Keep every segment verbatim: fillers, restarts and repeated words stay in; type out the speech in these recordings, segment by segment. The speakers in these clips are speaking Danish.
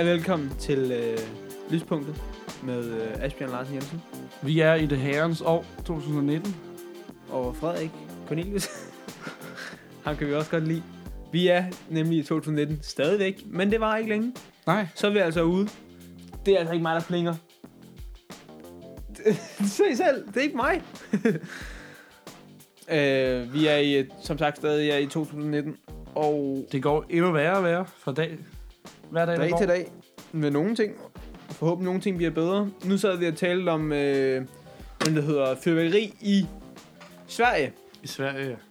og velkommen til øh, Lyspunktet med øh, Asbjørn Larsen Jensen. Vi er i det herrens år to tusind nitten. Og Frederik Cornelius. Han kan vi også godt lide. Vi er nemlig i to tusind nitten stadigvæk, men det var ikke længe. Nej. Så er vi altså ude. Det er altså ikke mig, der plinger. Se selv, det er ikke mig. øh, vi er i, som sagt stadig er i to tusind nitten. Og det går endnu værre og værre fra dag. Hver dag, dag til dag. Med nogle ting. Forhåbentlig nogle ting bliver bedre. Nu sad vi og talte om, øh, hvad det hedder, fyrværkeri i Sverige. I Sverige, ja.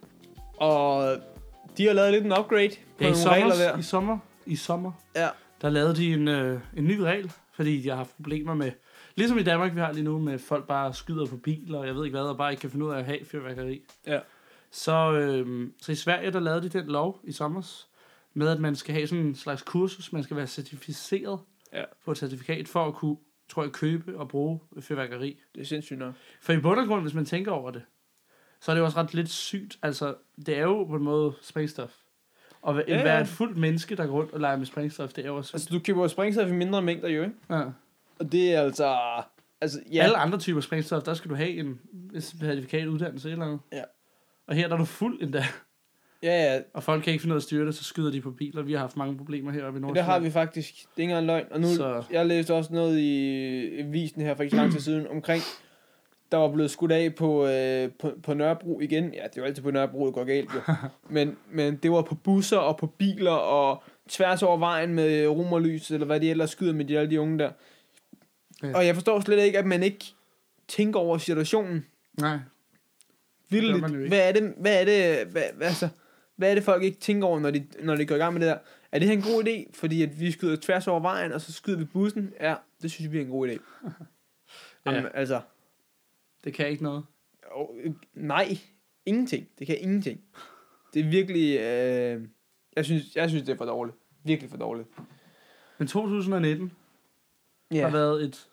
Og de har lavet lidt en upgrade på ja, nogle sommer, regler der. I sommer, i sommer, ja. Der lavede de en, øh, en ny regel, fordi de har haft problemer med, ligesom i Danmark vi har lige nu, med folk bare skyder på biler, og jeg ved ikke hvad, og bare ikke kan finde ud af at have fyrværkeri. Ja. Så, øh, så i Sverige, der lavede de den lov i sommers, med at man skal have sådan en slags kursus, man skal være certificeret ja. på et certifikat, for at kunne, tror jeg, købe og bruge fyrværkeri. Det er sindssygt nok. For i bund og grund, hvis man tænker over det, så er det jo også ret lidt sygt. Altså, det er jo på en måde sprængstof. Og at ja, ja. være et fuldt menneske, der går rundt og leger med sprængstof, det er jo også sygt. Altså, du køber sprængstof i mindre mængder jo, ikke? Ja. Og det er altså... altså ja. Alle andre typer sprængstof, der skal du have en certifikat uddannelse eller andet. Ja. Og her der er du fuld endda. Ja, ja. Og folk kan ikke finde ud af at styre det, så skyder de på biler. Vi har haft mange problemer heroppe i Nordsjælland. Ja, det har vi faktisk. Det er ikke engang løgn. Og nu, så... jeg læste også noget i avisen her for ikke så lang tid siden, omkring, der var blevet skudt af på, øh, på, på Nørrebro igen. Ja, det er jo altid på Nørrebro, det går galt jo. men, men det var på busser og på biler og tværs over vejen med romerlys, eller hvad de ellers skyder med de alle de unge der. Ja. Og jeg forstår slet ikke, at man ikke tænker over situationen. Nej. Vildt. Hvad er det, hvad er det, hvad, hvad, altså, hvad er det folk ikke tænker over, når de, når de går i gang med det der? Er det her en god idé, fordi at vi skyder tværs over vejen, og så skyder vi bussen? Ja, det synes vi er en god idé. Jamen, ja. altså... Det kan ikke noget. Oh, nej, ingenting. Det kan ingenting. Det er virkelig... Øh, jeg, synes, jeg synes, det er for dårligt. Virkelig for dårligt. Men to tusind nitten yeah. har været et,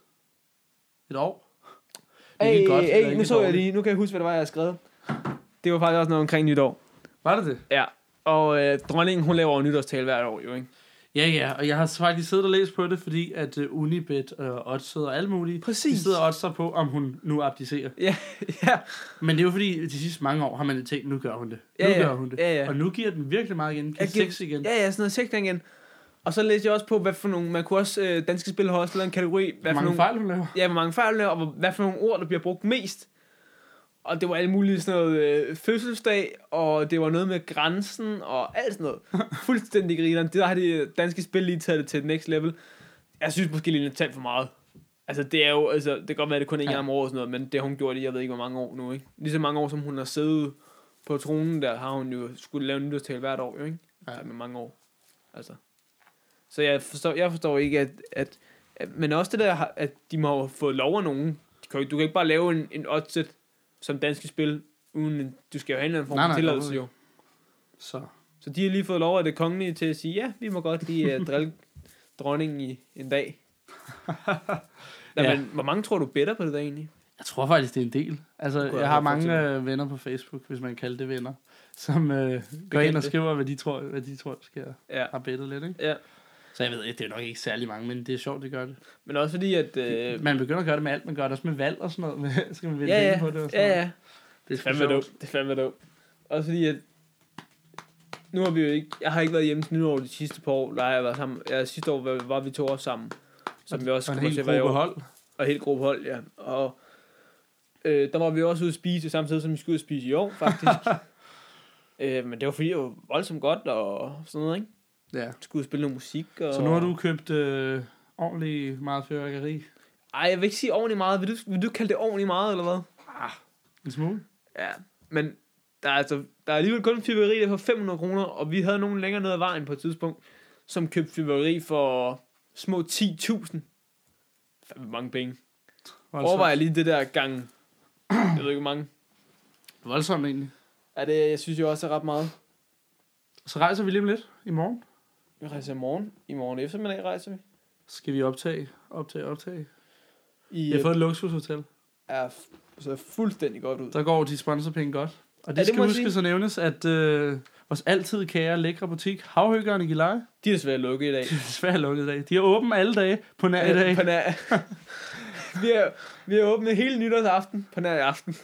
et år. Det er hey, godt, hey, hey, nu så jeg lige. Nu kan jeg huske, hvad det var, jeg havde skrevet. Det var faktisk også noget omkring nytår. Var det det? Ja. Og øh, dronningen, hun laver nytårstale hvert år, jo, ikke? Ja, ja, og jeg har faktisk siddet og læst på det, fordi at uh, Unibet og Odds og alle mulige, præcis. De sidder og oddser på, om hun nu abdicerer. Ja, ja. Men det er jo fordi, de sidste mange år har man tænkt, nu gør hun det. Nu ja, ja. gør hun det. Ja, ja. Og nu giver den virkelig meget igen. Giver seks igen. Ja, ja, sådan noget seks igen. Og så læste jeg også på, hvad for nogle, man kunne også, øh, Danske Spil har også lavet en kategori. Hvad hvor mange for nogle, fejl hun laver. Ja, hvor mange fejl hun laver, og hvad for nogle ord, der bliver brugt mest. Og det var alle mulige sådan noget øh, fødselsdag, og det var noget med grænsen, og alt sådan noget. Fuldstændig grineren. Det der har de Danske Spil lige taget det til et next level. Jeg synes måske lige, det er talt for meget. Altså, det er jo, altså, det kan godt være, det kun en gang om året og sådan noget, men det har hun gjort i, jeg ved ikke, hvor mange år nu, ikke? Lige så mange år, som hun har siddet på tronen der, har hun jo skulle lave en nytårstale hvert år, jo, ikke? Ja. Med mange år. Altså. Så jeg forstår, jeg forstår ikke, at, at, at... Men også det der, at de må have fået lov af nogen. Du kan, du kan ikke bare lave en, en oddset som Danske Spil, uden du skal jo have en eller anden form for tilladelse, jo. Så. Så de har lige fået lov af det kongelige til at sige, ja, vi må godt lige uh, drille dronningen i en dag. Nå, ja. Men hvor mange tror du bedre på det der egentlig? Jeg tror faktisk, det er en del. Altså, jeg, jeg har mange øh, venner på Facebook, hvis man kalder det venner, som øh, går ind og skriver, hvad de tror, hvad de tror sker. Ja. Har bettet lidt, ikke? Ja. Så jeg ved, det er nok ikke særlig mange, men det er sjovt, det gør det. Men også fordi, at... Øh... Man begynder at gøre det med alt, man gør det også med valg og sådan noget. Med, skal man vælge ja, ja. på det og sådan ja, ja. noget. Det er fandme dumt. Det er fandme dumt. Også fordi, at... Nu har vi jo ikke... Jeg har ikke været hjemme til nytår de sidste par år. Nej, jeg var sammen... Ja, sidste år var, var vi to år sammen. Som og, vi også og en helt gruppe hold. Og helt gruppe hold, ja. Og... Øh, der var vi også ude at spise samtidig, som vi skulle ud at spise i år, faktisk. øh, men det var fordi, det var voldsomt godt og sådan noget, ikke? Ja. Skulle spille noget musik. Og... Så nu har du købt øh, ordentligt meget fyrværkeri? Ej, jeg vil ikke sige ordentligt meget. Vil du, vil du kalde det ordentligt meget, eller hvad? Ah, en smule. Ja, men der er, altså, der er alligevel kun fyrværkeri der for fem hundrede kroner, og vi havde nogen længere ned ad vejen på et tidspunkt, som købte fyrværkeri for små ti tusind. Fandme mange penge. Overvej lige det der gang. Jeg ved ikke, hvor mange. Voldsomt egentlig. Ja, det jeg synes jo også er ret meget. Så rejser vi lige om lidt i morgen. Vi rejser i morgen. I morgen eftermiddag rejser vi. Skal vi optage, optage, optage. I, vi har fået et luksushotel. Ja, så fuldstændig godt ud. Der går de sponsorpenge godt. Og det, det skal huske så nævnes, at... Øh, vores altid kære, lækre butik, Havhyggeren i Gilleleje. De er desværre lukket i dag. De er desværre lukket i dag. De er åbne alle dage på nær i dag. På nær. vi, er, vi er åbne hele nytårsaften på nær i aften.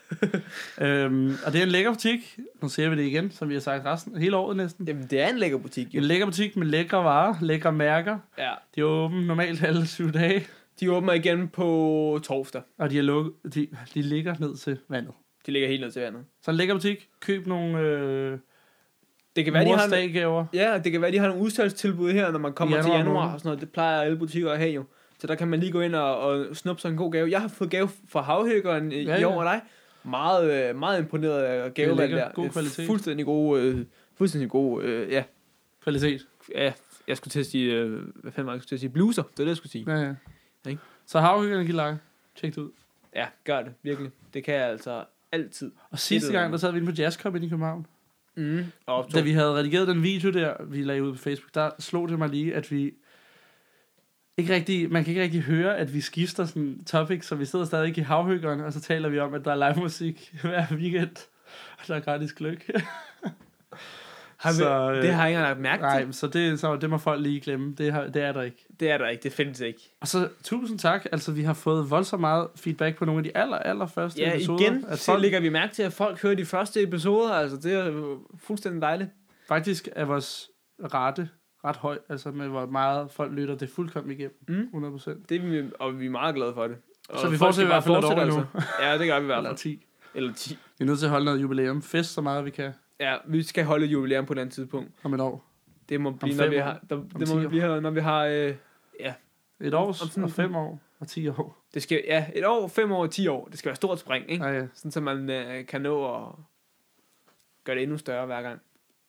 øhm, og det er en lækker butik. Nu ser vi det igen, som vi har sagt resten hele året næsten. Jamen, det er en lækker butik. Jo. En lækker butik med lækre varer, lækre mærker. Ja. De er åbne normalt alle syv dage. De åbner igen på torsdag. Og de er lukket. De, de ligger ned til vandet. De ligger helt ned til vandet. Så en lækker butik. Køb nogle øh, det kan være, de har morsdaggaver. Ja, det kan være, de har nogle udsalgstilbud her, når man kommer januar, til januar og sådan noget. Det plejer alle butikker at have jo. Så der kan man lige gå ind og, og snuppe sig en god gave. Jeg har fået gave fra Havhyggeren i, ja, ja. i år af dig. Meget, meget imponeret af gavevalg der. God kvalitet. Fuldstændig god, øh, fuldstændig god, øh, ja. Kvalitet. Ja, jeg skulle til at sige, øh, hvad fanden var jeg skulle til at sige? Bluser, det er det, jeg skulle sige. Ja, ja. Okay. Så Havhyggeren i Gilleleje. Tjek det ud. Ja, gør det, virkelig. Det kan jeg altså altid. Og sidste gang, der sad vi inde på Jazzcup inde i København. Mm. Og da vi havde redigeret den video der, vi lagde ud på Facebook, der slog det mig lige, at vi ikke rigtig, man kan ikke rigtig høre, at vi skifter sådan topic, så vi sidder stadig i Havhyggeren, og så taler vi om, at der er live musik hver weekend, og der er gratis gløgg. Har vi, så, øh, det har jeg ikke engang mærket til. Nej, så det, så det må folk lige glemme. Det, har, det er der ikke. Det er der ikke, det findes ikke. Og så tusind tak. Altså, vi har fået voldsomt meget feedback på nogle af de aller, aller første ja, episoder. Ja, igen, så folk... lægger vi mærke til, at folk hører de første episoder. Altså, det er fuldstændig dejligt. Faktisk er vores rate ret høj, altså med hvor meget folk lytter, det er fuldkommen igennem. Mm. hundrede procent. Det er vi, og vi er meget glade for det. Og så vi fortsætter i hvert fald et år altså. nu. Ja, det gør vi i hvert fald. Eller ti. Eller ti. Vi er nødt til at holde noget jubilæum. Fest så meget vi kan. Ja, vi skal holde et jubilæum på et andet tidspunkt. Om et år. Det må blive, når vi har, der, det må blive, når vi har, øh, ja. Et år, sådan, og fem år, og ti år. Det skal, ja, et år, fem år og ti år. Det skal være stort spring, ikke? Ja, ja. Sådan, så man øh, kan nå at gøre det endnu større hver gang.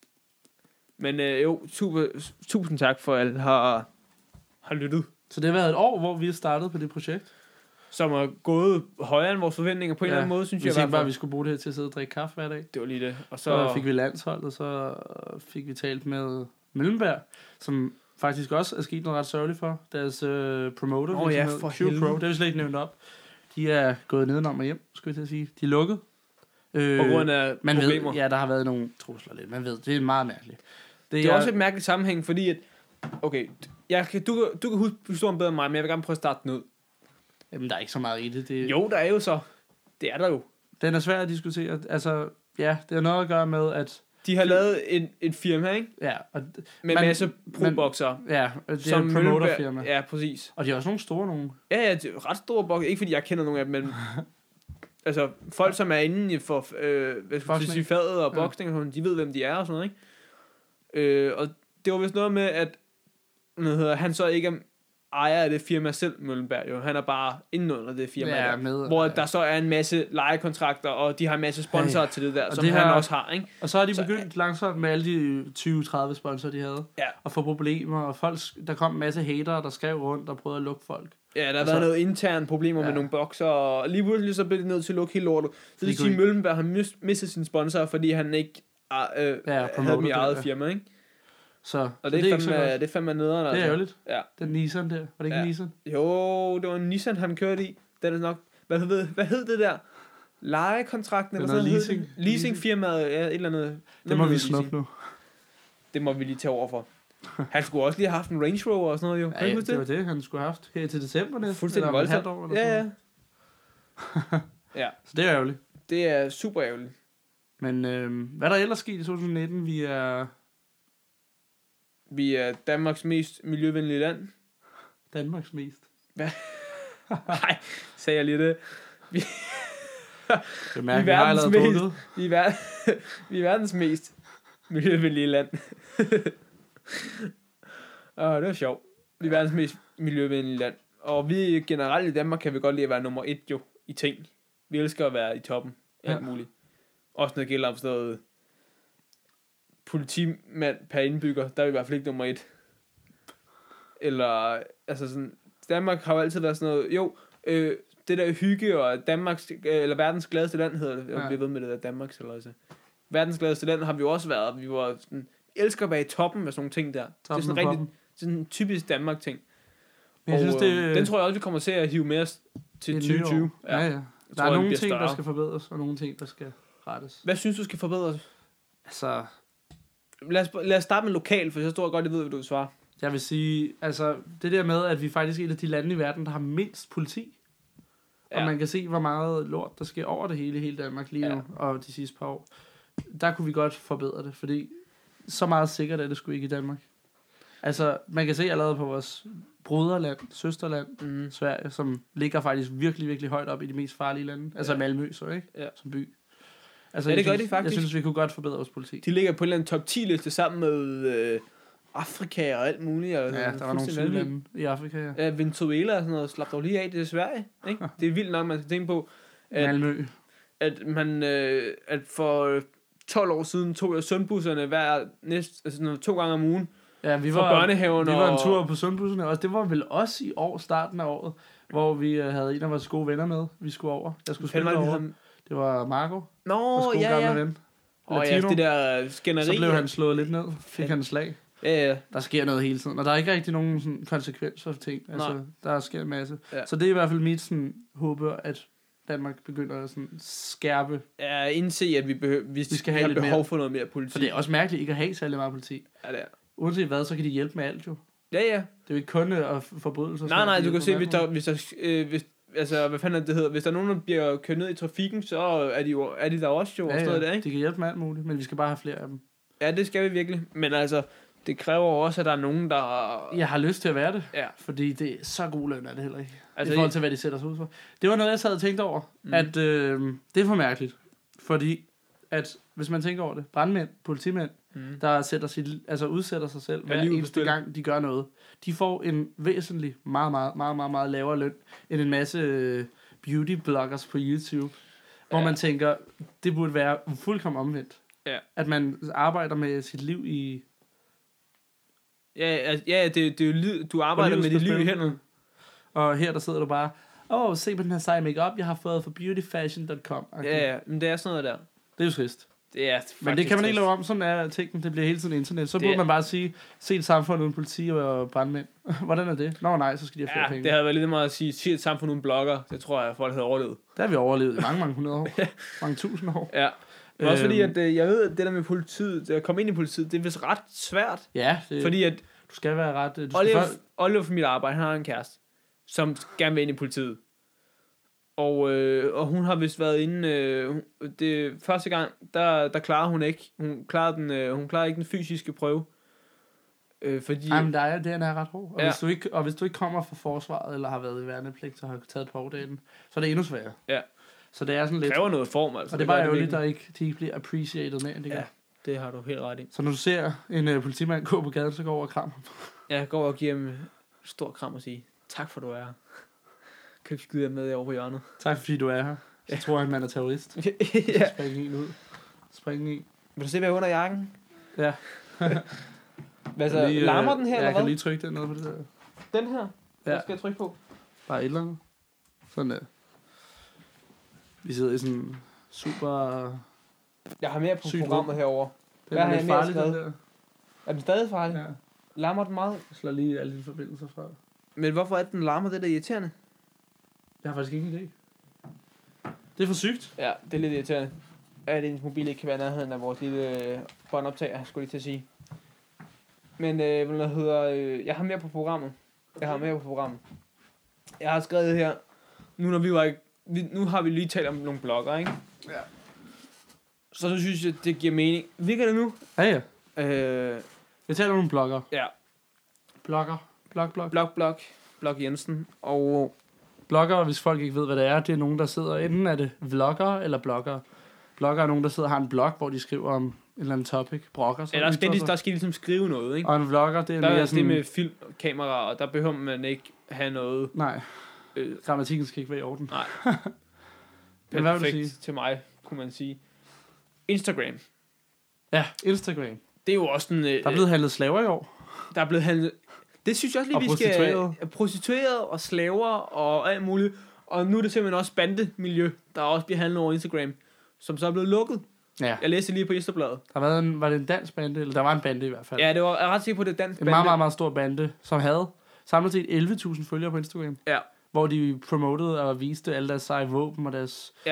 Men øh, jo, super, tusind tak for, at alle har, har lyttet. Så det har været et år, hvor vi har startet på det projekt. Som er gået højere end vores forventninger på en ja, eller anden måde, synes vi jeg. Vi tænkte bare, at vi skulle bruge det her til at sidde og drikke kaffe hver dag. Det var lige det. Og så, så fik vi landsholdet, og så fik vi talt med Møllenberg, som faktisk også er sket noget ret sørgeligt for. Deres øh, promoter, oh, ja, for Q Pro, det har vi slet ikke nævnt op. De er gået nedenom og hjem, skulle jeg til at sige. De er lukket. Øh, på grund af man problemer? Ved, ja, der har været nogle trusler lidt. Man ved, det er meget mærkeligt. Det, det er, er også et mærkeligt sammenhæng, fordi at, okay, jeg kan, du, du kan huske historien bedre end mig, men jeg vil gerne prøve at starte den ud. Jamen, der er ikke så meget i det. det. Jo, der er jo så. Det er der jo. Den er svær at diskutere. Altså, ja, det har noget at gøre med, at... De har lavet en, et firma, ikke? Ja. Og med en masse pro-boxere. Ja, det er et promoterfirma. Ja, præcis. Og de er også nogle store nogle. Ja, ja, de er ret store boxere. Ikke fordi jeg kender nogen af dem, men... altså, folk som er inde for øh, hvad skal jeg sige, fadet og boksning, ja. De ved, hvem de er og sådan noget, ikke? Øh, og det var vist noget med, at hvad hedder, han så ikke er ejer af det firma selv, Møllenberg, jo. Han er bare inde under det firma, ja, der, med, hvor der så er en masse lejekontrakter, og de har en masse sponsorer hey. til det der, og som det han har, også har, ikke? Og så har de så, begyndt langsomt med alle de tyve tredive sponsorer, de havde, ja. og få problemer, og folk, der kom en masse hatere, der skrev rundt og prøvede at lukke folk. Ja, der har været noget interne problemer ja. med nogle bokser, og lige pludselig så blev de nødt til at lukke hele lortet. Så det siger, Møllenberg har mistet sine sponsorer, fordi han ikke øh, ja, havde dem i eget ja. firma, ikke? Så, og det, det, er fandme, det er fandme nederen, altså. Det er ærgerligt. Ja. Den Nissan der. Var det ikke ja. en Nissan? Jo, det var en Nissan, han kørte i. Den er nok... Hvad hed, hvad hed det der? Lejekontrakten? Det er noget leasing. Leasingfirmaet, ja, et eller andet. Det må vi snuppe nu. Det må vi lige tage over for. Han skulle også lige have haft en Range Rover og sådan noget, jo. Ja, ja det, det var det, han skulle have haft her til december næsten. Fuldstændig voldsomt. Ja, ja. ja. Så det er ærgerligt. Det er super ærgerligt. Men øh, hvad der ellers sket i to tusind nitten? Vi er... Vi er Danmarks mest miljøvenlige land. Danmarks mest? Hvad? Nej, sagde jeg lige det. Vi, det mærker, vi, vi har mest, vi, er ver- vi er verdens mest miljøvenlige land. Og det var sjovt. Vi er verdens mest miljøvenlige land. Og vi generelt i Danmark kan vi godt lide at være nummer et jo i ting. Vi elsker at være i toppen. Alt ja. muligt. Også når det gælder om sådan noget politimand per indbygger, der er vi i hvert fald ikke nummer et. Eller, altså sådan, Danmark har jo altid været sådan noget, jo, øh, det der hygge, og Danmarks, eller verdens gladeste land hedder det, jeg bliver ved med det der Danmarks, eller altså. Verdens gladeste land har vi jo også været, vi var sådan, elsker at være i toppen med sådan nogle ting der. Toppen det er sådan rigtig, sådan en typisk Danmark-ting. Og jeg synes, det, øh, den tror jeg også, vi kommer til at hive med os til tyve tyve. Ja, ja. ja. Der tror, er nogle ting, der skal forbedres, og nogle ting, der skal rettes. Hvad synes du skal forbedres? Altså, lad, os, lad os starte med lokal, for så tror jeg godt, jeg ved, hvad du vil svare. Jeg vil sige, altså, det der med, at vi faktisk er et af de lande i verden, der har mindst politi. Ja. Og man kan se, hvor meget lort, der sker over det hele i hele Danmark lige nu, ja. Og de sidste par år. Der kunne vi godt forbedre det, fordi så meget sikkert er det sgu ikke i Danmark. Altså, man kan se allerede på vores broderland, søsterland, mm. Sverige, som ligger faktisk virkelig, virkelig højt op i de mest farlige lande. Altså ja. Malmø, så ikke? Ja. Som by. Altså, ja, det gør synes, de faktisk. Jeg synes, vi kunne godt forbedre vores politi. De ligger på en eller anden top ti liste sammen med øh, Afrika og alt muligt. Og ja, der var nogle sydlande i Afrika, ja. Ja, Venezuela og sådan noget. Slap dog lige af, det er Sverige. Ikke? Det er vildt nok, man skal tænke på. At, Malmø. At man, øh, at for tolv år siden tog jeg sundbusserne hver næste, altså noget, to gange om ugen. Ja, vi var, børnehaven vi var en tur på sundbusserne, og det var vel også i år, starten af året, hvor vi havde en af vores gode venner med. Vi skulle over. Jeg skulle spille over. Ligesom... Det var Marco. Nå, ja, ja. Ven. Og ja, det der skænderi. Så blev han slået lidt ned. Fik han en slag. Ja, ja. Der sker noget hele tiden, og der er ikke rigtig nogen sådan, konsekvenser for ting. Altså, der sker en masse. Ja. Så det er i hvert fald mit sådan, håber, at Danmark begynder at sådan, skærpe. Ja, indse, at vi, behøver, vi, vi skal have, have behov mere. For noget mere politi. For det er også mærkeligt ikke at have særlig meget politi. Ja, det er. Uanset hvad, så kan de hjælpe med alt jo. Ja, ja. Det er jo ikke kun at forbrydelser. Nej, nej, du kan se, hvis der, hvis der, øh, hvis, altså, hvad fanden det hedder, hvis der er nogen, der bliver kørt ned i trafikken, så er de, jo, er de der også jo. Ja, ja. Der, ikke? De kan hjælpe med alt muligt, men vi skal bare have flere af dem. Ja, det skal vi virkelig. Men altså, det kræver også, at der er nogen, der... Jeg har lyst til at være det, ja. Fordi det er så god løn, er det heller ikke. Altså, i forhold til, hvad de sætter sig ud for. Det var noget, jeg sad og tænkte over, mm. at øh, det er for mærkeligt. Fordi, at hvis man tænker over det, brandmænd, politimænd, mm. der sætter sit, altså udsætter sig selv hver eneste gang, de gør noget, de får en væsentlig, meget, meget, meget, meget, meget lavere løn, end en masse beauty-bloggers på YouTube. Hvor ja. Man tænker, det burde være fuldkommen omvendt. Ja. At man arbejder med sit liv i... Ja, ja det, det er jo liv, du arbejder med dit liv i hænderne. Og her der sidder du bare, åh, oh, se på den her seje make-up, jeg har fået fra beauty fashion punktum com. Okay. Ja, ja, men det er sådan noget der. Det er jo trist. Det er men det kan man ikke lave om, sådan er tingene, det bliver hele tiden internet. Så det burde man bare sige, se et samfund uden politi og brandmænd. Hvordan er det? Nå nej, så skal de have flere ja, penge. Det havde været lidt meget at sige, se et samfund uden blogger. Det tror jeg, folk havde overlevet. Det har vi overlevet i mange, mange hundrede år. mange tusind år. Ja. Men også fordi, at jeg ved, at det der med politiet, at komme ind i politiet, det er vist ret svært. Ja. Det, fordi at... Du skal være ret... Du Oliver, skal Oliver fra mit arbejde, han har en kæreste, som gerne vil ind i politiet. Og, øh, og hun har vist været inde... Øh, det første gang, der, der klarede hun ikke. Hun klarede, den, øh, hun klarede ikke den fysiske prøve. Øh, fordi... Jamen, der er, den er ret hård. Og, ja. hvis du ikke, og hvis du ikke kommer fra forsvaret, eller har været i værnepligt, og har taget på dagen, så er det endnu sværere. Ja. Så det er sådan lidt... Det kræver noget form, altså. Og det er bare ærgerligt, der ikke, de ikke bliver appreciated mere, end det ja, gør. Det har du helt ret i. Så når du ser en uh, politimand gå på gaden, så går over og kram ham. Ja, gå over og give ham en stor kram og sige, tak for du er her. Kan ikke skyde jer med over på hjørnet. Tak fordi du er her. Så ja. Tror jeg, at man er terrorist. ja. Spring en ud. Spring i. Vil du se, hvad jeg under jakken? Ja. Hvad så, lige, larmer den her, ja, eller jeg hvad? kan lige trykke den ned på det der. Den her? Hvad ja. Skal jeg trykke på? Bare et eller andet. Sådan der. Vi sidder i sådan super... Jeg har mere på programmet herovre. Den er lidt farlig, den der. Er den stadig farlig? Ja. Larmer den meget? Jeg slår lige alle de forbindelser fra. Men hvorfor er den larmer, det der irriterende? Jeg har faktisk ingen idé. Det er for sygt. Ja, det er lidt irriterende. At ens mobil ikke kan være nærheden af vores lille øh, båndoptager, skulle jeg til at sige. Men øh, hvad hedder, øh, jeg har mere på programmet. Jeg har mere på programmet. Jeg har skrevet her, nu når vi var ikke, vi, nu har vi lige talt om nogle blogger, ikke? Ja. Så så synes jeg, det giver mening. Virker det nu? Ja, ja. Øh, jeg taler om nogle blogger. Ja. Blogger. Blog, blog. Blog, blog. Blog Jensen. Og blogger, hvis folk ikke ved, hvad det er, det er nogen, der sidder, enten er det vlogger eller blogger. Blogger er nogen, der sidder og har en blog, hvor de skriver om en eller anden topic. Brokker. Ja, der skal, de, der skal de ligesom skrive noget, ikke? Og en vlogger, det er der mere er sådan... det med film og kamera, og der behøver man ikke have noget... Nej. Øh, grammatikken skal ikke være i orden. Nej. Men hvad vil du sige? Til mig, kunne man sige. Instagram. Ja, Instagram. Det er jo også en... Øh, der er blevet handlet slaver i år. Der er blevet handlet... Det synes jeg også lige, og vi prostitueret. skal... Prostitueret og slaver og alt muligt. Og nu er det simpelthen også bandemiljø, der også bliver handlet over Instagram, som så er blevet lukket. Ja. Jeg læste lige på Ekstrabladet. Der var, en, var det en dansk bande, eller der var en bande i hvert fald. Ja, det var, jeg er ret sikker på, det er dansk en bande. En meget, meget, meget stor bande, som havde samlet set elleve tusind følgere på Instagram. Ja. Hvor de promotede og viste alle deres seje våben og deres ja.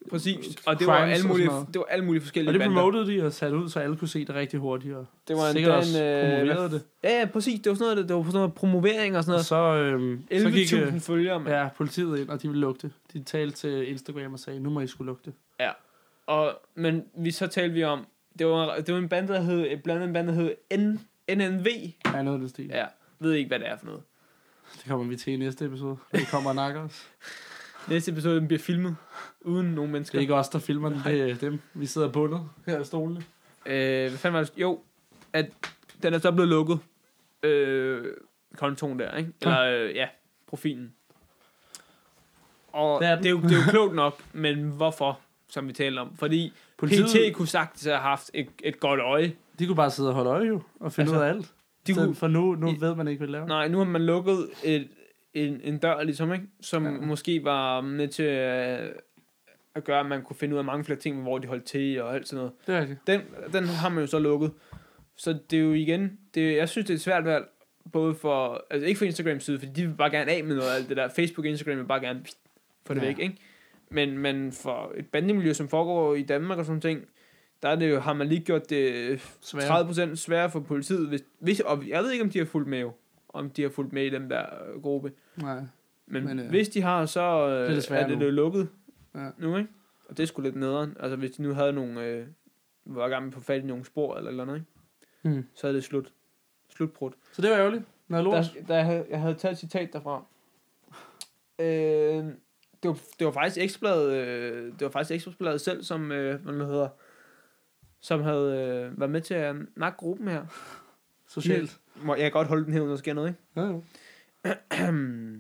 præcis. Og det var alle mulige, det var alle mulige forskellige bander. Og det promotede de og satte ud, så alle kunne se det rigtig hurtigt. Og det var sikkert en, også øh, promoverede det. Ja, ja, præcis. Det var sådan noget, det var sådan noget promovering og sådan noget. Og så, øhm, elleve tusind følgere, man. Ja, politiet ind, og de ville lukke det. De talte til Instagram og sagde, nu må I skulle lukke det. Ja. Og, men vi så talte vi om, det var, det var en band, der hed, blandt andet en band, der hed N, N N V. Ja, noget af den stil. Ja, ved ikke, hvad det er for noget. Det kommer vi til i næste episode. Det kommer og nakker os. Næste episode bliver filmet uden nogen mennesker. Det er ikke os, der filmer den. Det er dem. Vi sidder bundet her i stolene. Øh, hvad fanden var det? Jo, at den er så blevet lukket. Øh, kontoen der, ikke? Eller, øh, ja, profilen. Og det er, det, er jo, det er jo klogt nok, men hvorfor, som vi taler om? Fordi politiet, P T kunne sagtens have haft et, et godt øje. De kunne bare sidde og holde øje jo, og finde altså, ud af alt. De kunne, for nu, nu ved man ikke, hvad det laver. Nej, nu har man lukket et, en, en dør, ligesom, ikke? Som ja. Måske var med til at, at gøre, at man kunne finde ud af mange flere ting, hvor de holdt til og alt sådan noget. Det er det. Den, den har man jo så lukket. Så det er jo igen, det, jeg synes, det er et svært valg, både for, altså ikke for Instagrams side, fordi de vil bare gerne af med noget af alt det der. Facebook og Instagram vil bare gerne få det ja. Væk, ikke? Men, men for et bandemiljø, som foregår i Danmark og sådan ting, der er det jo, har man lige gjort det tredive procent sværere for politiet. Hvis, hvis, og jeg ved ikke, om de har fulgt med jo. Om de har fulgt med i den der øh, gruppe. Nej. Men, Men øh, hvis de har, så øh, det er, er det jo lukket ja. Nu, ikke? Og det er sgu lidt nederen. Altså hvis de nu havde nogle, øh, var i gang med at få fat i nogle spor eller eller andet, ikke? Hmm. Så er det slut. Slutbrud. Så det var ærgerligt. Noget lort. Der, der, jeg, havde, jeg havde taget et citat derfra. Øh, det, var, det var faktisk Ekstrabladet, øh, det var faktisk Ekstrabladet selv, som, øh, hvad det hedder, som havde øh, været med til at nakke gruppen her. Socialt. Jeg kan godt holde den her, når der sker noget, ikke? Ja, ja.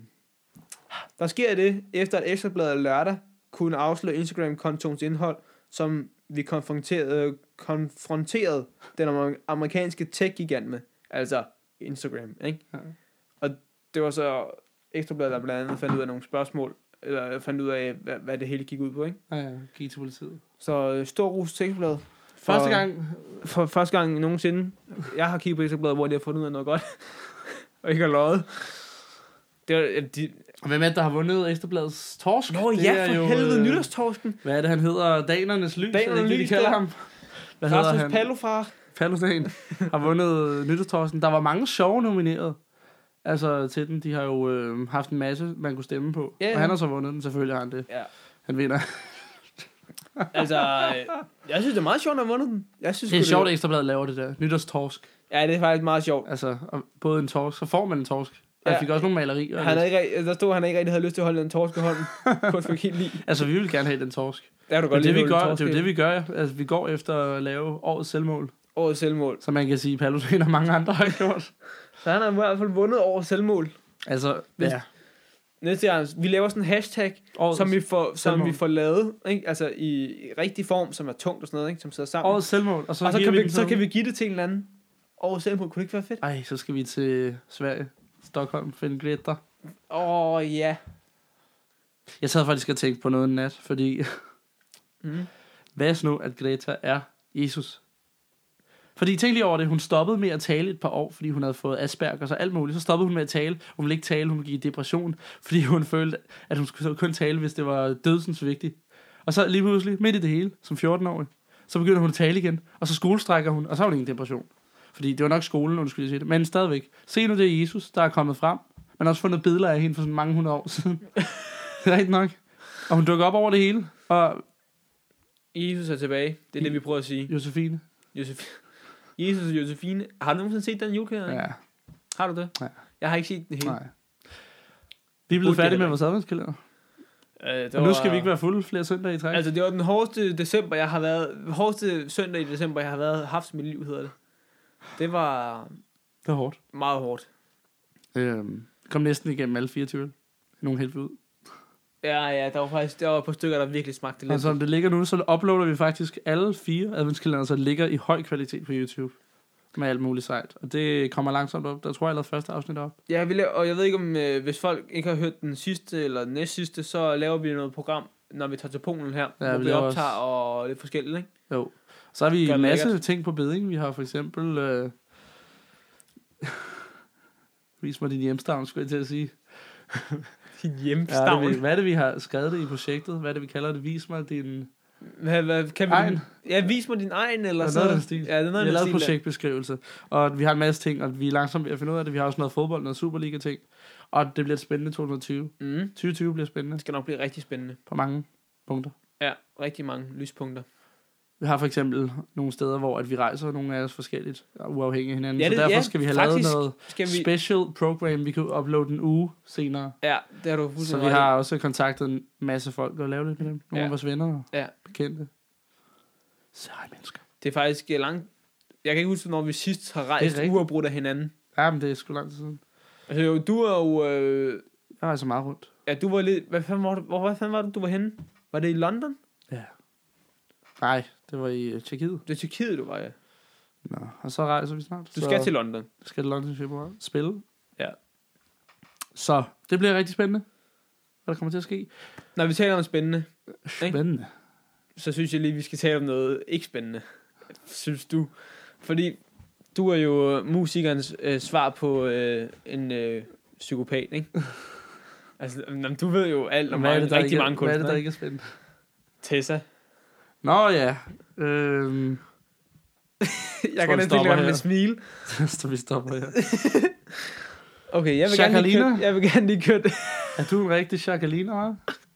Der sker det, efter at Ekstrabladet lørdag kunne afsløre Instagram-kontoens indhold, som vi konfronterede, konfronterede den amerikanske tech-gigant med. Altså Instagram, ikke? Ja. Og det var så Ekstrabladet, der blandt andet fandt ud af nogle spørgsmål, eller fandt ud af, hvad, hvad det hele gik ud på, ikke? Ja, ja, gik til politiet. Så stor ros til Ekstrabladet. For, første gang? For første gang nogensinde. Jeg har kigget på Ekstrabladet, hvor de har fundet ud af noget godt. Og ikke har løjet. Det er, de... Hvem er det, der har vundet Ekstrabladets torsk? Nå det ja, er for jo, helvede, nytårstorsken. Hvad er det, han hedder? Danernes lys? Danernes lys, de kalder ham. Hvad hedder han? Pallofar. Pallofar har vundet nytårstorsken. Der var mange sjove nomineret. Altså til den. De har jo øh, haft en masse, man kunne stemme på. Ja, ja. Og han har så vundet den. Selvfølgelig har han det. Ja. Han vinder. Altså, jeg synes, det er meget sjovt, at have vundet den. Jeg synes, det er sjovt, at Ekstrabladet laver det der. Nytårstorsk. Ja, det er faktisk meget sjovt. Altså, både en torsk, så får man en torsk. Ja. Jeg fik også nogle malerier. Han ikke, der stod, at han ikke rigtig havde lyst til at holde den torsk i hånden. Kunne jeg helt lide. Altså, vi vil gerne have den torsk. Det er, du godt det, det, vi gør, det er jo det, vi gør. Altså, vi går efter at lave årets selvmål. Årets selvmål. Så man kan sige, at Pallosvin og mange andre har gjort. Så han har i hvert fald vundet årets selvmål. Altså, ja. Næste gang, vi laver sådan en hashtag, årets som vi får, som vi får lavet, ikke? Altså i, i rigtig form, som er tungt og sådan noget, ikke? Som sidder sammen. Årets selvmål. Og så, og så, kan, vi, vi så kan vi give det til en eller anden. Årets selvmål, kunne det ikke være fedt? Ej, så skal vi til Sverige. Stockholm, finde Greta. Åh, oh, ja. Jeg sad faktisk og tænkte på noget en nat, fordi... mm. Hvad nu, at Greta er Jesus? Fordi tænk lige over det, hun stoppede med at tale et par år, fordi hun havde fået Asperger og så alt muligt. Så stoppede hun med at tale. Hun ville ikke tale, hun ville give depression, fordi hun følte, at hun skulle kun tale, hvis det var dødsens vigtigt. Og så lige pludselig, midt i det hele, som fjorten-årig, så begynder hun at tale igen. Og så skolestrækker hun, og så har hun ingen depression. Fordi det var nok skolen, når du skulle sige det. Men stadigvæk. Se nu, det er Jesus, der er kommet frem. Man har også fundet billeder af hende for sådan mange hundrede år siden. Det er rigtig nok. Og hun dukker op over det hele. Og Jesus er tilbage. Det er det, vi prøver at sige. Josefine. Josef... Jesus og Josefine. Har du nogensinde set den julekalender? Ja. Har du det? Ja. Jeg har ikke set den hele. Nej. Vi er blevet færdige med vores adventskalender. Øh, og nu skal var... vi ikke være fulde flere søndage i træk. Altså, det var den hårdeste december, jeg har været... hårdeste søndag i december, jeg har været haft i mit liv, hedder det. Det var... Det var hårdt. Meget hårdt. Øhm, kom næsten igennem alle fireogtyve. Nogle helt ud. Ja, ja, der var faktisk der var et par stykker, der virkelig smagte lidt. Og som det ligger nu, så uploader vi faktisk alle fire adventskalender, så det ligger i høj kvalitet på YouTube. Med alt muligt sejt. Og det kommer langsomt op. Der tror jeg, jeg lavede første afsnit op. Ja, vi laver, og jeg ved ikke, om øh, hvis folk ikke har hørt den sidste eller den næst sidste, så laver vi noget program, når vi tager til Polen her. Ja, hvor vi, vi optager også... og lidt forskelligt, ikke? Jo. Så har vi en masse lækkert. ting på beding. Vi har for eksempel... Øh... Vis mig din hjemstavn, skulle jeg til at sige. Din hjemstavn. Ja, hvad er det, vi har skrevet det i projektet? Hvad er det, vi kalder det? Vis mig din... Hvad, hvad, kan vi egen. Ja, vis mig din egen, eller ja, så. Noget af den stil. Ja, det er noget vi har lavet en projektbeskrivelse, og vi har en masse ting, og vi er langsomt ved at finde ud af det. Vi har også noget fodbold, noget Superliga-ting, og det bliver spændende to tusind og tyve. Mm. tyve tyve bliver spændende. Det skal nok blive rigtig spændende. På mange punkter. Ja, rigtig mange lyspunkter. Vi har for eksempel nogle steder, hvor at vi rejser nogle af os forskelligt, uafhængige af hinanden. Ja, det, så derfor ja, skal vi have faktisk lavet noget skal vi... special program, vi kan uploade en uge senere. Ja, det har du fuldstændig. Så vi har også kontaktet en masse folk og lavet lidt med dem. Nogle ja. af vores venner og ja. bekendte. Seje mennesker. Det er faktisk langt... Jeg kan ikke huske, når vi sidst har rejst uafbrudt af hinanden. Ja, men det er sgu lang tid siden. Altså jo, du er jo... Øh... Jeg rejser meget rundt. Ja, du var lidt... Hvad fanden var du, hvor, hvad fanden var det, du var henne? Var det i London? Ja. Nej, det var i uh, Tjekkiet. Det er Tjekkiet, du var, ja. Nå, og så rejser vi snart. Du skal så... til London. Du skal til London i februar. Spille. Ja. Så, det bliver rigtig spændende. Hvad der kommer til at ske. Når vi taler om spændende. Spændende. Ikke? Så synes jeg lige, vi skal tale om noget ikke spændende. Synes du? Fordi du er jo musikernes øh, svar på øh, en øh, psykopat, ikke? Altså, jamen, du ved jo alt om mange, rigtig mange kunstnere. Hvad er det, der ikke er spændende? Tessa. Nå ja. Øhm, jeg kan næsten ikke lade med smile. Så vi stopper her. Okay, jeg vil, gerne lige køre, jeg vil gerne lige køre det. Er du en rigtig Chakalina, hva'?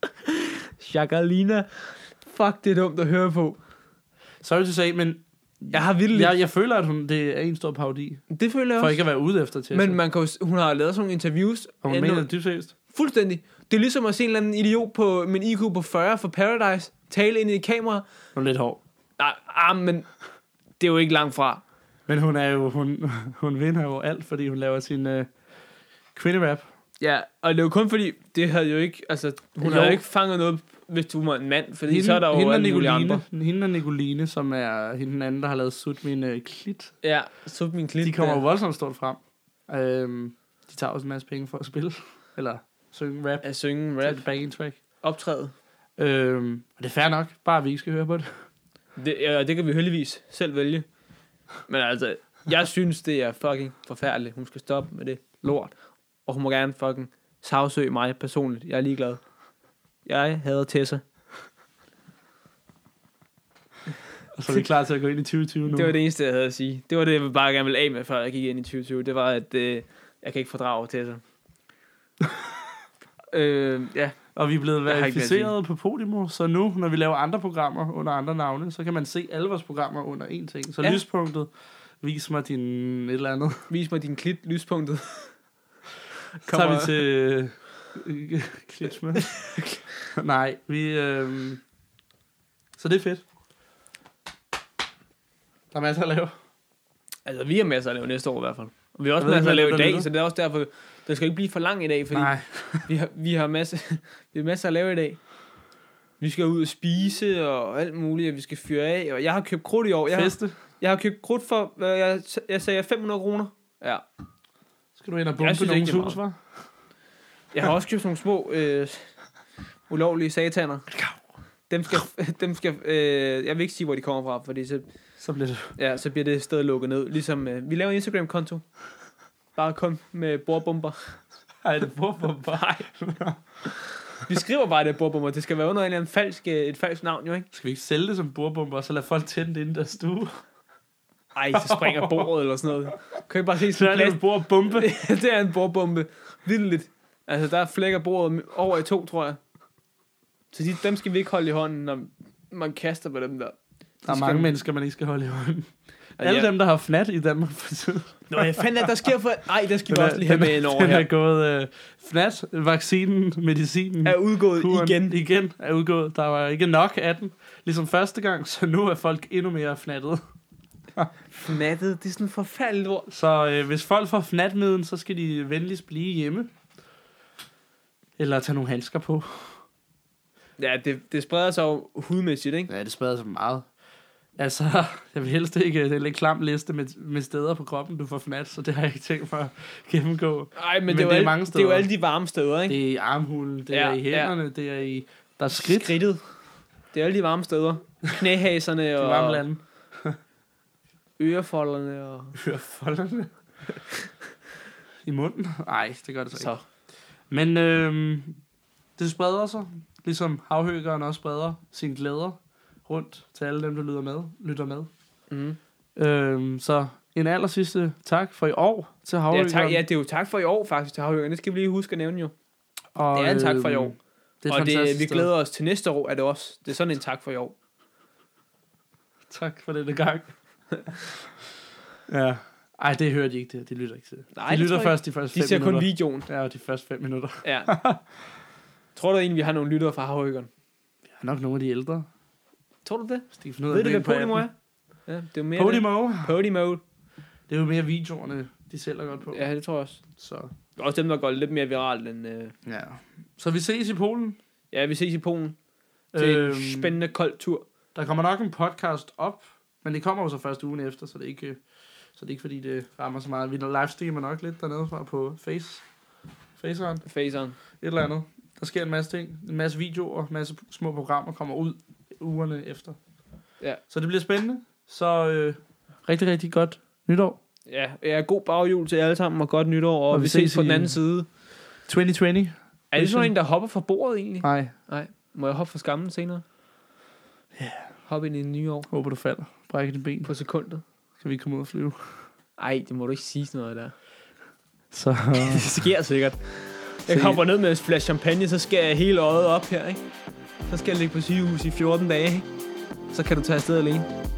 Chakalina. Fuck, det er dumt at høre på. Sorry to say, men jeg har vildt. Jeg, jeg føler, at hun, det er en stor parodi. Det føler jeg For også. ikke at være ude efter Tessa. Men man kan, hun har lavet sådan nogle interviews. Og hun mener det dybt seriøst. Fuldstændig. Det er ligesom at se en eller anden idiot på min I Q på fyrre for Paradise. Tale ind i et kamera. Hun er lidt hård. Nej, ah, men det er jo ikke langt fra. Men hun er jo, hun, hun vinder jo alt, fordi hun laver sin uh, kvinderap. Ja, og det er jo kun fordi, det havde jo ikke, altså, hun jo. havde jo ikke fanget noget, hvis du var en mand, fordi hende, så er der jo alle mulige andre. Hende og Nicoline, som er hende den anden, der har lavet Sut min uh, klit. Ja, Sut min klit. De kommer jo voldsomt stort frem. Øhm, de tager også en masse penge for at spille, eller synge rap. At synge rap. Backing track. Optræde. Øhm, og det er fair nok, bare vi ikke skal høre på det. det ja, det kan vi heldigvis selv vælge. Men altså, jeg synes, det er fucking forfærdeligt. Hun skal stoppe med det lort. Og hun må gerne fucking sagsøge mig personligt. Jeg er ligeglad. Jeg hader Tessa. Og så er vi klar til at gå ind i tyve tyve nu. Det var det eneste, jeg havde at sige. Det var det, jeg bare gerne ville af med, før jeg gik ind i tyve tyve. Det var, at øh, jeg kan ikke fordrage Tessa. øh, ja. Og vi er blevet verificeret på Podimo, så nu, når vi laver andre programmer under andre navne, så kan man se alle vores programmer under én ting. Så ja. Lyspunktet, vis mig din et eller andet. Vis mig din klit, lyspunktet. Så tager vi til øh, klitsmø. Nej, vi... Øh, så det er fedt. Der er masser at lave. Altså, vi har masser at lave næste år i hvert fald. Og vi har også masser at lave i dag, så det er også derfor, det skal ikke blive for lang i dag, fordi Nej. vi har, vi har masser, vi har masser at lave i dag. Vi skal ud og spise og alt muligt, og vi skal fyre af, og jeg har købt krudt i år. Jeg Feste. Har, jeg har købt krudt for, jeg, jeg sagde fem hundrede kroner. Ja. Skal du ind og bombe nogens hus, hva'? Jeg har også købt nogle små øh, ulovlige sataner. Dem skal, dem skal øh, jeg vil ikke sige, hvor de kommer fra, fordi så, så bliver det, ja, så bliver det stedet lukket ned. Ligesom, øh, vi laver en Instagram-konto. Bare kom med bordbomber. Ej, det er bordbomber. Nej. Vi skriver bare, det er bordbomber. Det skal være under en eller anden falsk, et falsk navn, jo ikke? Skal vi ikke sælge det som bordbomber, og så lade folk tænde det inden der stue? Ej, så springer bordet eller sådan noget. Kan I bare se sådan en bordbombe? Det er en bordbombe. Vildt. Altså, der flækker bordet over i to, tror jeg. Så de, dem skal vi ikke holde i hånden, når man kaster på dem der. De der er mange man... mennesker, man ikke skal holde i hånden. Alle ja. dem, der har fnat i Danmark for tiden. Nå, jeg fandt, at der sker for... Ej, der skal vi også lige have med en over her. Den er gået... Uh, fnat, vaccinen, medicinen... Er udgået kuren, igen. Igen er udgået. Der var ikke nok af den. Ligesom første gang, så nu er folk endnu mere fnattet. Fnattet, det er sådan en forfærdeligt ord. Så uh, hvis folk får fnatmiden, så skal de venligst blive hjemme. Eller tage nogle handsker på. Ja, det, det spreder sig jo hudmæssigt, ikke? Ja, det spreder sig meget. Altså, jeg vil helst ikke, det er en lidt klam liste med, med steder på kroppen, du får fnat, så det har jeg ikke tænkt for at gennemgå. Nej, men, men det, er det, er mange steder. Det er jo alle de varme steder, ikke? Det er i armhulen, det ja, er i hænderne, ja. Det er i... Der er skridt. Skridtet. Det er alle de varme steder. Knæhaserne og... De varme lande. Ørefolderne og... Ørefolderne? I munden? Nej, det gør det så, så. Men øh, det spreder sig, ligesom havhøgeren også spreder sine glæder rundt til alle dem, der lytter med. Lytter med. Mm. Øh, så en aller sidste tak for i år til havhøgeren. Ja, tak, ja, det er jo tak for i år faktisk til havhøgeren. Det skal vi lige huske at nævne jo. Og, det er en tak for i år. Det er og det, vi glæder os til næste år, er det også. Det er sådan en tak for i år. Tak for denne gang. Ja. Ej, det hører de ikke, det. De lytter ikke til det. Nej, de lytter først de første de fem minutter. De ser kun videoen. Ja, de første fem minutter. Ja. Tror du egentlig, vi har nogle lyttere fra havhøgeren? Vi har nok nogle af de ældre. Tror du det? Stefan, ved du, hvad Podimo er? Ja, det er jo mere Podimo? Det. Podimo. Det er jo mere videoerne, de sælger godt på. Ja, det tror jeg også. Så. Også dem, der går lidt mere viralt end... Øh... Ja. Så vi ses i Polen. Ja, vi ses i Polen. Til øhm, en spændende kold tur. Der kommer nok en podcast op, men det kommer jo så først ugen efter, så det er ikke, så det er ikke fordi, det rammer så meget. Vi livestreamer nok lidt dernede fra på Face. Faceren. Faceren. Et eller andet. Der sker en masse ting. En masse videoer, en masse små programmer kommer ud ugerne efter. Ja. Så det bliver spændende. Så øh, rigtig, rigtig godt nytår. Ja, ja, god baghjul til jer alle sammen, og godt nytår, og, og vi, vi ses på den anden side. tyve tyve. Er det sådan en, der hopper fra bordet egentlig? Nej. Nej. Må jeg hoppe fra skammen senere? Ja. Yeah. Hoppe ind i det nye år. Håber du falder. Brække dine ben. På sekundet. Kan vi komme ud og flyve? Ej, det må du ikke sige sådan noget der. Så... det sker sikkert. Jeg kommer ned med en flaske champagne, så skal jeg hele øjet op her, ikke? Så skal jeg ligge på sygehus i fjorten dage, ikke? Så kan du tage afsted alene.